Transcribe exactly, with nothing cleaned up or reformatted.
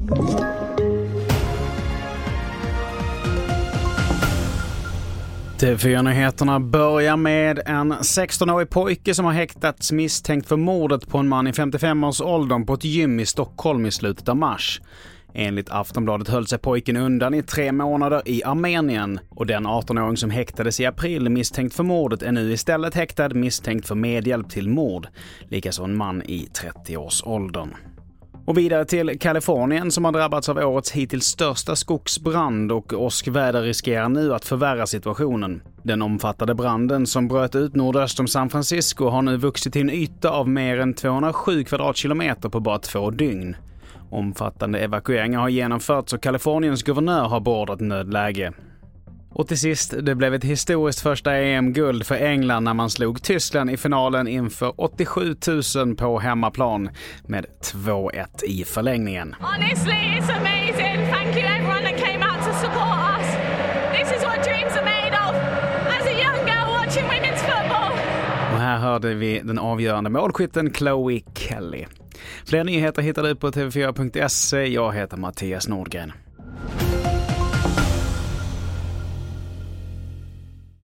T V fyra-nyheterna börjar med en sexton-årig pojke som har häktats misstänkt för mordet på en man i femtiofem-årsåldern på ett gym i Stockholm i slutet av mars. Enligt Aftonbladet höll sig pojken undan i tre månader i Armenien och den arton-åring som häktades i april misstänkt för mordet är nu istället häktad misstänkt för medhjälp till mord, likaså en man i trettio-årsåldern. Och vidare till Kalifornien som har drabbats av årets hittills största skogsbrand och åskväder riskerar nu att förvärra situationen. Den omfattade branden som bröt ut nordöst om San Francisco har nu vuxit till en yta av mer än tvåhundrasju kvadratkilometer på bara två dygn. Omfattande evakueringar har genomförts och Kaliforniens guvernör har beordrat nödläge. Och till sist, det blev ett historiskt första E M-guld för England när man slog Tyskland i finalen inför åttiosju tusen på hemmaplan med två ett i förlängningen. Honestly, it's amazing. Thank you everyone that came out to support us. This is what dreams are made of. As a young girl watching women's football. Och här hörde vi den avgörande målskytten Chloe Kelly. Fler nyheter hittar du på t v fyra punkt se. Jag heter Mattias Nordgren.